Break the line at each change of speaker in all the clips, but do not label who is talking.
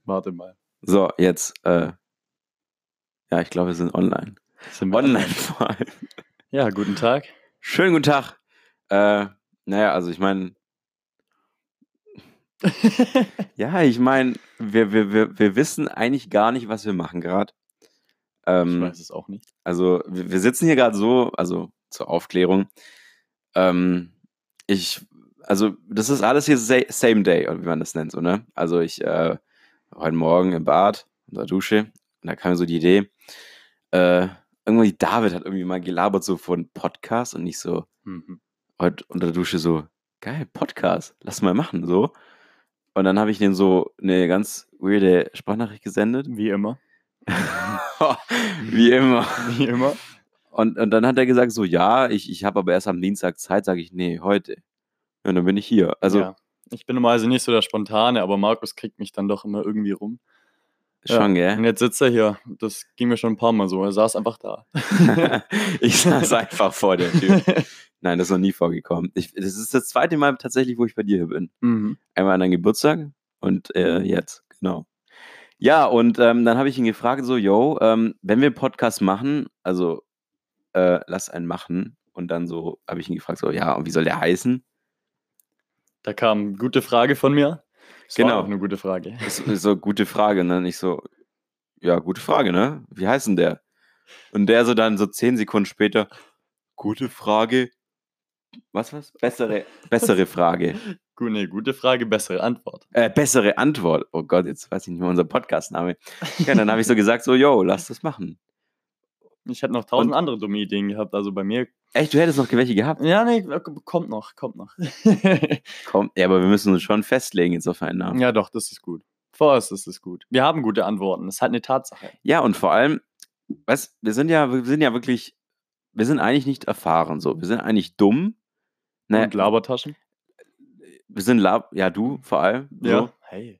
Warte mal.
So, jetzt, ja, ich glaube, wir sind online.
Sind wir
Online vor allem.
Ja, guten Tag.
Schönen guten Tag. Naja, also ich meine, wir wissen eigentlich gar nicht, was wir machen gerade.
Ich weiß es auch nicht.
Also wir sitzen hier gerade so, also zur Aufklärung. Also das ist alles hier same day, oder wie man das nennt, so, ne? Also ich war heute Morgen im Bad, in der Dusche, und da kam mir so die Idee, irgendwie David hat irgendwie mal gelabert so von Podcast und ich so, heute unter der Dusche so, geil, Podcast, lass mal machen, so. Und dann habe ich denen so eine ganz weirde Sprachnachricht gesendet.
Wie immer.
Wie immer.
Wie immer.
Und dann hat er gesagt so, ja, ich habe aber erst am Dienstag Zeit, sage ich, nee, heute. Und dann bin ich hier. Also
Ja, ich bin normalerweise nicht so der Spontane, aber Markus kriegt mich dann doch immer irgendwie rum.
schon,
Ja. Und
gell?
jetzt sitzt er hier. Das ging mir schon ein paar Mal so. Er saß einfach da.
Ich saß einfach vor der Tür. Nein, das ist noch nie vorgekommen. Das ist das zweite Mal tatsächlich, wo ich bei dir bin. Einmal an deinem Geburtstag und jetzt, genau. Ja, und dann habe ich ihn gefragt, so, yo, wenn wir einen Podcast machen, also lass einen machen. Und dann so habe ich ihn gefragt, so, ja, und wie soll der heißen?
Da kam eine gute Frage von mir. Das war
Genau.
auch eine gute Frage.
Das ist so, gute Frage. Und dann ich so, ja, gute Frage, ne? Wie heißt denn der? Und der so dann so 10 Sekunden später, gute Frage. Was? Bessere Frage.
Gute Frage, bessere Antwort.
Bessere Antwort. Oh Gott, jetzt weiß ich nicht mehr unser Podcast-Name. Ja, dann habe ich so gesagt, so, yo, lass das machen.
Ich hätte noch 1000 andere dumme Ideen gehabt, also bei mir.
Echt, du hättest noch welche gehabt?
Ja, nee, kommt noch.
Komm, ja, aber wir müssen uns schon festlegen jetzt auf einen Namen.
Ja, doch, das ist gut. Vorerst ist es gut. Wir haben gute Antworten. Das ist halt eine Tatsache.
Ja, und vor allem, weißt, wir sind ja wirklich, wir sind eigentlich nicht erfahren, so. Wir sind eigentlich dumm. Naja,
Und Labertaschen?
wir sind ja, du vor allem. So.
Ja. Hey.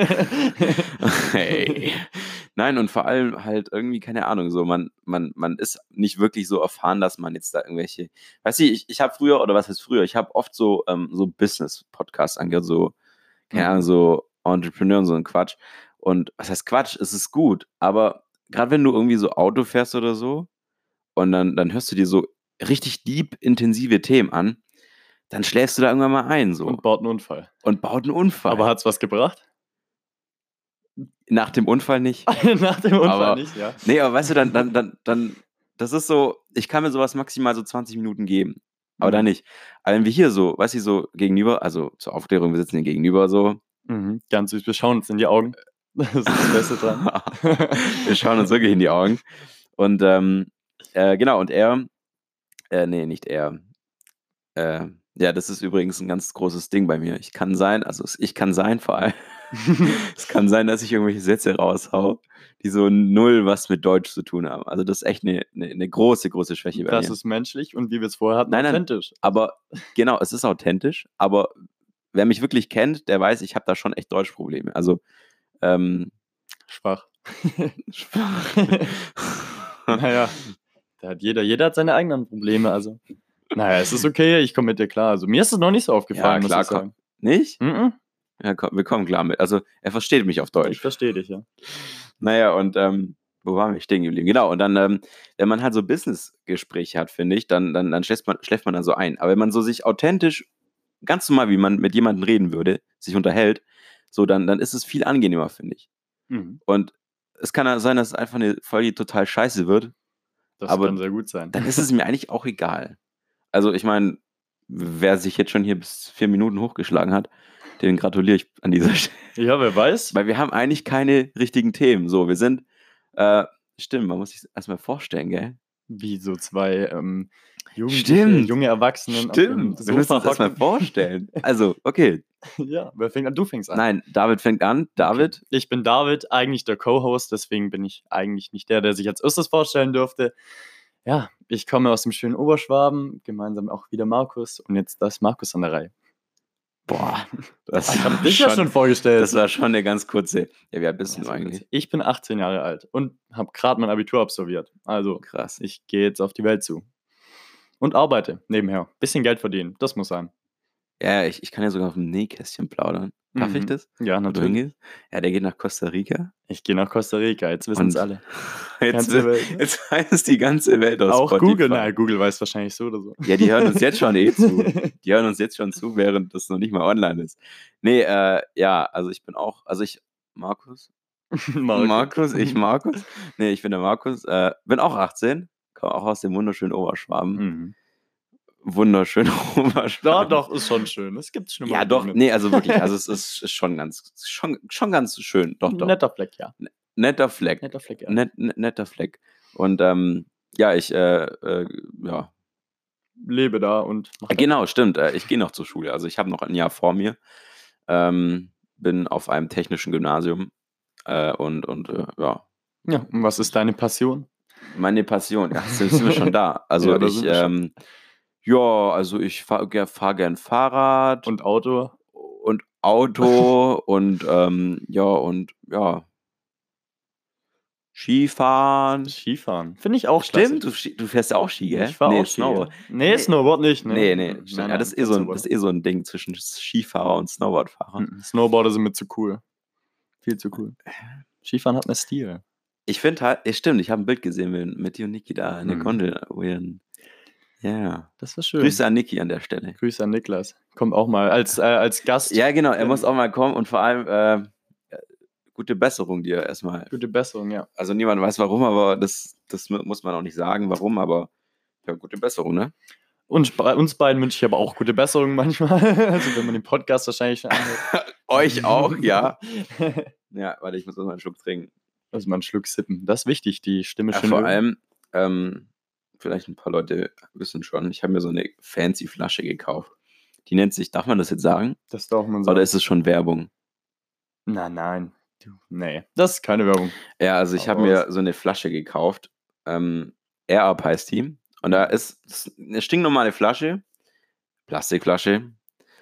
Hey. Nein, und vor allem halt irgendwie, keine Ahnung, so, man ist nicht wirklich so erfahren, dass man jetzt da irgendwelche, weißt du, ich habe früher, oder was heißt früher, ich habe oft so Business-Podcasts angehört, so, keine Ahnung, so Entrepreneur und so ein Quatsch. Und was heißt Quatsch? Es ist gut, aber gerade wenn du irgendwie so Auto fährst oder so und dann hörst du dir so richtig deep intensive Themen an, dann schläfst du da irgendwann mal ein, so.
Und baut einen Unfall.
Aber
hat's was gebracht?
Nach dem Unfall nicht.
Nach dem Unfall nicht, ja.
Nee, aber weißt du, dann, das ist so, ich kann mir sowas maximal so 20 Minuten geben. Aber dann nicht. Aber wenn wir hier so, weißt du, so gegenüber, also zur Aufklärung, wir sitzen hier gegenüber so.
Ganz süß, wir schauen uns in die Augen. Das ist das Beste dran.
Wir schauen uns wirklich in die Augen. Und genau, und er, nee, nicht er. Ja, das ist übrigens ein ganz großes Ding bei mir. Ich kann sein vor allem. Es kann sein, dass ich irgendwelche Sätze raushau, die so null was mit Deutsch zu tun haben. Also das ist echt eine große, große Schwäche bei mir.
Das ist menschlich und wie wir es vorher hatten,
nein,
authentisch.
Aber genau, es ist authentisch, aber wer mich wirklich kennt, der weiß, ich habe da schon echt Deutschprobleme. Also
schwach. Naja, jeder hat seine eigenen Probleme, also. Naja, es ist okay, ich komme mit dir klar. Also mir ist es noch nicht so aufgefallen,
ja, klar,
muss ich sagen.
Nicht?
Mhm.
Ja, wir kommen klar mit. Also er versteht mich auf Deutsch.
Ich verstehe dich, ja.
Naja, und wo waren wir stehen geblieben? Genau, und dann, wenn man halt so Business-Gespräche hat, finde ich, dann schläft man dann so ein. Aber wenn man so sich authentisch, ganz normal, wie man mit jemandem reden würde, sich unterhält, so dann ist es viel angenehmer, finde ich. Und es kann ja sein, dass es einfach eine Folge total scheiße wird.
Das kann sehr gut sein.
Dann ist es mir eigentlich auch egal. Also ich meine, wer sich jetzt schon hier bis 4 Minuten hochgeschlagen hat, den gratuliere ich an dieser Stelle.
Ja, wer weiß.
Weil wir haben eigentlich keine richtigen Themen. So, wir sind, stimmt, man muss sich erstmal vorstellen, gell?
Wie so zwei
junge
Erwachsenen.
Stimmt, wir müssen uns erstmal vorstellen. Also, okay.
Ja, wer fängt an? Du fängst an.
Nein, David fängt an. David?
Okay. Ich bin David, eigentlich der Co-Host, deswegen bin ich eigentlich nicht der sich als erstes vorstellen dürfte. Ja, ich komme aus dem schönen Oberschwaben, gemeinsam auch wieder Markus und jetzt ist Markus an der Reihe.
Boah,
ich habe dich ja schon vorgestellt.
Das war schon eine ganz kurze. Ja, wie alt bist du eigentlich?
Ich bin 18 Jahre alt und habe gerade mein Abitur absolviert. Also
krass.
Ich gehe jetzt auf die Welt zu. Und arbeite nebenher. Bisschen Geld verdienen, das muss sein.
Ja, ich kann ja sogar auf dem Nähkästchen plaudern. Darf ich das?
Ja,
Wo du
natürlich.
hingehst? Ja, der geht nach Costa Rica.
Ich gehe nach Costa Rica, jetzt wissen es
Und
alle.
jetzt,
Ganze Welt, ne?
jetzt weiß die ganze Welt aus
Auch
Spotify.
Google? Nein, Google weiß wahrscheinlich so oder so.
Ja, die hören uns jetzt schon zu. Die hören uns jetzt schon zu, während das noch nicht mal online ist. Nee, ja, also ich bin auch, Markus? Markus? Nee, ich bin der Markus. Bin auch 18, komme auch aus dem wunderschönen Oberschwaben.
Mhm.
Wunderschön
Ja,
Oberschwaben.
doch, ist schon schön. Es gibt schlimmere
Ja, doch,
Gegenden.
nee, also wirklich, also es ist schon ganz schön. Doch.
Netter Fleck, ja.
Netter Fleck.
Netter Fleck, ja.
Netter Fleck. Und ja, ich ja.
Lebe da und mach das.
Genau, stimmt. Ich gehe noch zur Schule. Also ich habe noch ein Jahr vor mir. Bin auf einem technischen Gymnasium. Und ja.
Ja, und was ist deine Passion?
Meine Passion, ja, sind wir schon da. Also
Ja, da
ich,
sind wir schon.
ja, also ich fahr gern Fahrrad
Und Auto?
und Auto und ja. Skifahren.
Skifahren. Finde ich auch
Stimmt,
klasse.
du fährst ja auch Ski, gell?
Ich fahre auch Ski.
Snowboard.
Nee, Snowboard nicht, ne?
Nee, stimmt. Ja,
Nein,
das ist
kein
so
Snowboard.
so ein Ding zwischen Skifahrer und Snowboardfahrer.
Snowboarder sind mir zu cool. Viel zu cool. Skifahren hat mehr Stil.
Ich finde halt, ja, stimmt, ich habe ein Bild gesehen mit dir und Niki da in der Gondel. Ja.
Das war schön.
Grüße an Niki an der Stelle.
Grüße an Niklas. Kommt auch mal als Gast.
Ja, genau, er muss auch mal kommen und vor allem gute Besserung dir erstmal.
Gute Besserung, ja.
Also niemand weiß warum, aber das muss man auch nicht sagen, warum, aber ja, gute Besserung, ne?
Und uns beiden wünsche ich aber auch gute Besserung manchmal. Also wenn man den Podcast wahrscheinlich schon anhört.
Euch auch, ja. Ja, warte, ich muss erstmal einen Schluck trinken.
Also mal einen Schluck sippen. Das ist wichtig, die Stimme
Ja,
schön
vor
üben.
allem, vielleicht ein paar Leute wissen schon, ich habe mir so eine fancy Flasche gekauft. Die nennt sich, darf man das jetzt sagen?
Das darf man sagen.
Oder ist es schon Werbung?
Nein. Nee, das ist keine Werbung.
Ja, also ich habe mir so eine Flasche gekauft. Air Up heißt die. Und da ist eine stinknormale Flasche, Plastikflasche.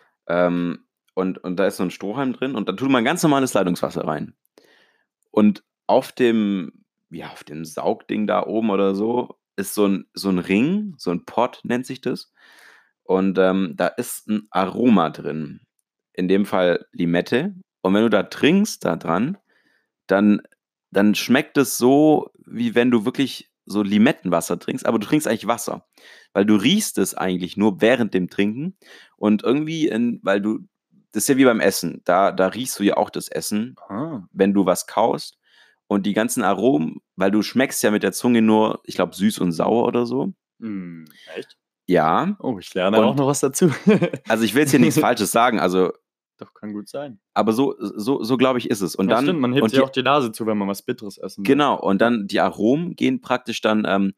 Und da ist so ein Strohhalm drin und da tut man ganz normales Leitungswasser rein. Und auf dem Saugding da oben oder so ist so ein Ring, so ein Pot nennt sich das. Und da ist ein Aroma drin. In dem Fall Limette. Und wenn du da trinkst, da dran, dann schmeckt es so, wie wenn du wirklich so Limettenwasser trinkst, aber du trinkst eigentlich Wasser. Weil du riechst es eigentlich nur während dem Trinken. Und irgendwie, das ist ja wie beim Essen. Da riechst du ja auch das Essen, wenn du was kaust. Und die ganzen Aromen, weil du schmeckst ja mit der Zunge nur, ich glaube, süß und sauer oder so.
Echt?
Ja.
Oh, ich lerne auch noch was dazu.
Also ich will jetzt hier nichts Falsches sagen, also.
Doch, kann gut sein.
Aber so glaube ich, ist es. Und
ja,
dann,
stimmt, man hebt ja auch die Nase zu, wenn man was Bitteres essen will.
Genau, und dann die Aromen gehen praktisch dann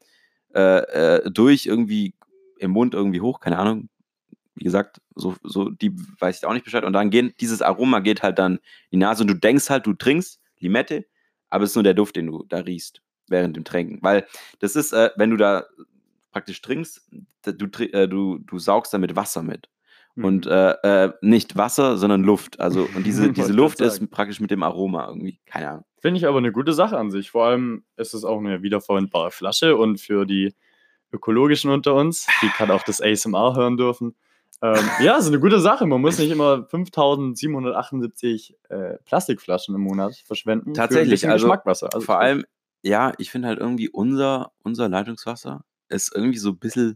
durch irgendwie im Mund irgendwie hoch, keine Ahnung. Wie gesagt, so die weiß ich auch nicht Bescheid. Und dann dieses Aroma geht halt dann in die Nase und du denkst halt, du trinkst Limette, aber es ist nur der Duft, den du da riechst während dem Trinken. Weil das ist, wenn du da praktisch trinkst, du saugst damit Wasser mit. Und nicht Wasser, sondern Luft. Also, und diese Luft ist praktisch mit dem Aroma irgendwie. Keine Ahnung.
Finde ich aber eine gute Sache an sich. Vor allem ist es auch eine wiederverwendbare Flasche und für die Ökologischen unter uns, die gerade auch das ASMR hören dürfen. Ja, ist eine gute Sache. Man muss nicht immer 5.778 Plastikflaschen im Monat verschwenden.
Tatsächlich,
für ein bisschen Geschmackwasser.
Also vor allem, ja, ich finde halt irgendwie unser Leitungswasser ist irgendwie so ein bisschen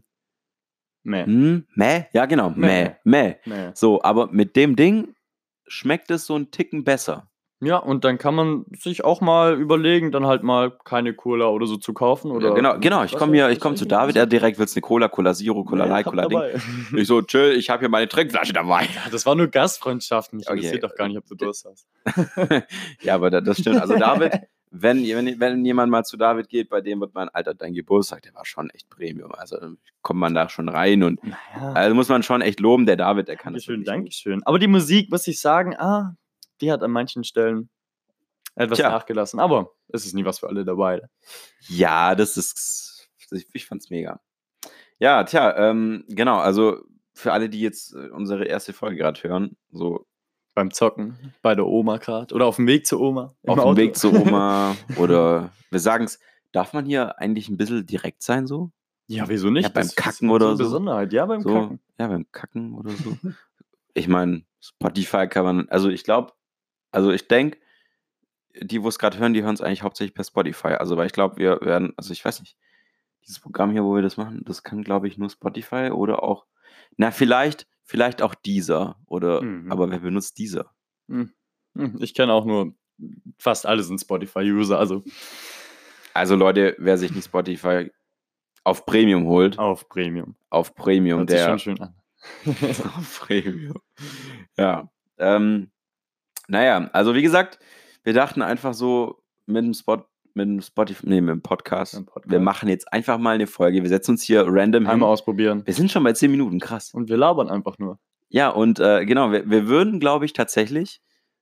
Mäh? Ja, genau. Mäh. So, aber mit dem Ding schmeckt es so einen Ticken besser.
Ja, und dann kann man sich auch mal überlegen, dann halt mal keine Cola oder so zu kaufen. Oder
ja, genau. Ich komme zu David, er direkt willst eine Cola Zero, Cola Light, Cola Ding. Ich so, chill, ich habe hier meine Trinkflasche dabei.
Ja, das war nur Gastfreundschaften. Ich interessiert doch gar nicht, ob du Durst hast.
Ja, aber das stimmt. Also David, wenn jemand mal zu David geht, bei dem wird man, Alter, dein Geburtstag, der war schon echt Premium. Also kommt man da schon rein und also muss man schon echt loben, der David, der kann das.
Dankeschön. Aber die Musik, muss ich sagen, die hat an manchen Stellen etwas nachgelassen. Aber es ist nie was für alle dabei.
Ja, ich fand's mega. Ja, genau, also für alle, die jetzt unsere erste Folge gerade hören, so
beim Zocken, bei der Oma gerade oder auf dem Weg zur Oma.
Auf dem Weg zur Oma oder wir sagen es, darf man hier eigentlich ein bisschen direkt sein so?
Ja, wieso nicht?
Ja, beim Kacken oder so.
Besonderheit, ja, beim Kacken.
Ja, beim Kacken oder so. ich meine, Spotify kann man, ich denke, die, wo es gerade hören, die hören es eigentlich hauptsächlich per Spotify. Also, weil ich glaube, wir werden, ich weiß nicht, dieses Programm hier, wo wir das machen, das kann, glaube ich, nur Spotify oder auch, vielleicht auch Deezer aber wer benutzt Deezer?
Ich kenne auch nur, fast alle sind Spotify-User,
Also Leute, wer sich nicht Spotify auf Premium holt,
auf Premium.
Hört
sich schon schön an.
auf Premium. Ja. Naja, also wie gesagt, wir dachten einfach so mit dem Podcast, wir machen jetzt einfach mal eine Folge. Wir setzen uns hier random hin.
Einmal ausprobieren.
Wir sind schon bei 10 Minuten, krass.
Und wir labern einfach nur.
Ja, und genau, wir würden, glaube ich, Tatsache,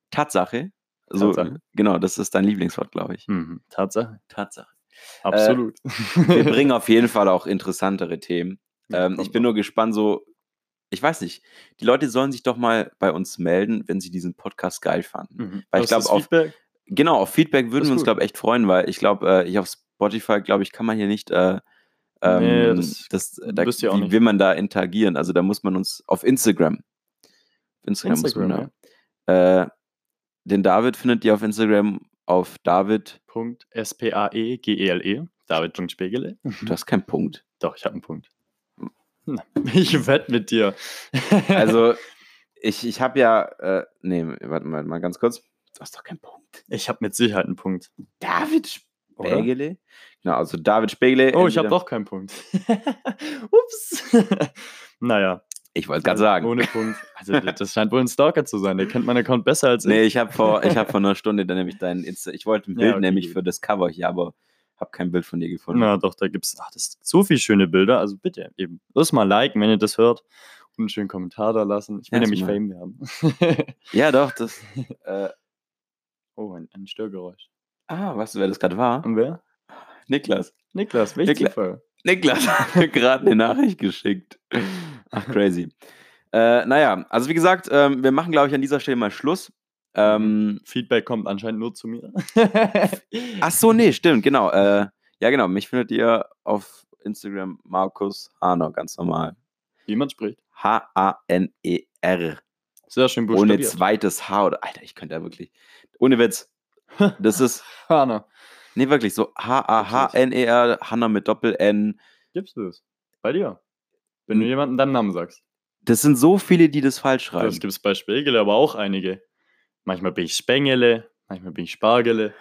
genau, das ist dein Lieblingswort, glaube ich.
Tatsache.
Absolut. Wir bringen auf jeden Fall auch interessantere Themen. Ich bin nur gespannt, ich weiß nicht, die Leute sollen sich doch mal bei uns melden, wenn sie diesen Podcast geil fanden. Weil ich glaube, auf Feedback würden wir uns, glaube ich, echt freuen, weil ich glaube, hier auf Spotify, glaube ich, kann man hier nicht, wie will man da interagieren? Also da muss man uns auf Instagram muss man da. Den David findet ihr auf Instagram auf
David.spaegele. David.spiegele.
Du hast keinen Punkt.
Doch, ich habe einen Punkt. Ich wette mit dir.
Also, ich habe ja, warte mal ganz kurz. Du hast doch keinen Punkt.
Ich habe mit Sicherheit einen Punkt.
David Spiegele? Genau, also David Spiegele.
Oh, ich habe doch keinen Punkt. Ups. Naja.
Ich wollte gerade sagen.
Ohne Punkt. Also, das scheint wohl ein Stalker zu sein. Der kennt meinen Account besser als ich.
Nee, ich habe vor einer Stunde dann nämlich deinen Insta. Ich wollte ein Bild nämlich für das Cover hier, aber habe kein Bild von dir gefunden.
Na doch, da gibt es so viele schöne Bilder. Also bitte eben. Lass mal liken, wenn ihr das hört. Und einen schönen Kommentar da lassen. Ich will nämlich Fame werden.
Ja, doch, das.
Oh, ein Störgeräusch.
Weißt du, wer das gerade war?
Und wer?
Niklas,
welch Zufall.
Niklas hat mir gerade eine Nachricht geschickt. Ach, crazy. Naja, also wie gesagt, wir machen, glaube ich, an dieser Stelle mal Schluss.
Feedback kommt anscheinend nur zu mir.
Ach so, nee, stimmt, genau. Ja, genau, mich findet ihr auf Instagram Markus Haner, ganz normal.
Wie man spricht.
Haner.
Sehr schön buchstabiert.
Ohne zweites H oder, Alter, ich könnte da wirklich, ohne Witz, das ist
Haner.
Nee, wirklich, so Haner, Hanna mit Doppel-N.
Gibst du es? Bei dir? Wenn du jemandem deinen Namen sagst.
Das sind so viele, die das falsch schreiben.
Das gibt es bei Spiegele aber auch einige. Manchmal bin ich Spengele, manchmal bin ich Spargele.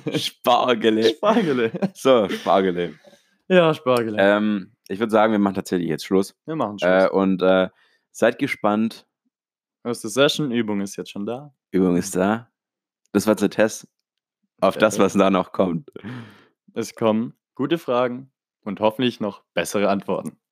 Spargele. So, Spargele.
Ja, Spargele.
Ich würde sagen, wir machen tatsächlich jetzt Schluss.
Wir machen Schluss.
Und seid gespannt.
Erste Session, Übung ist jetzt schon da.
Übung ist da. Das war der Test auf das, was da noch kommt.
Es kommen gute Fragen und hoffentlich noch bessere Antworten.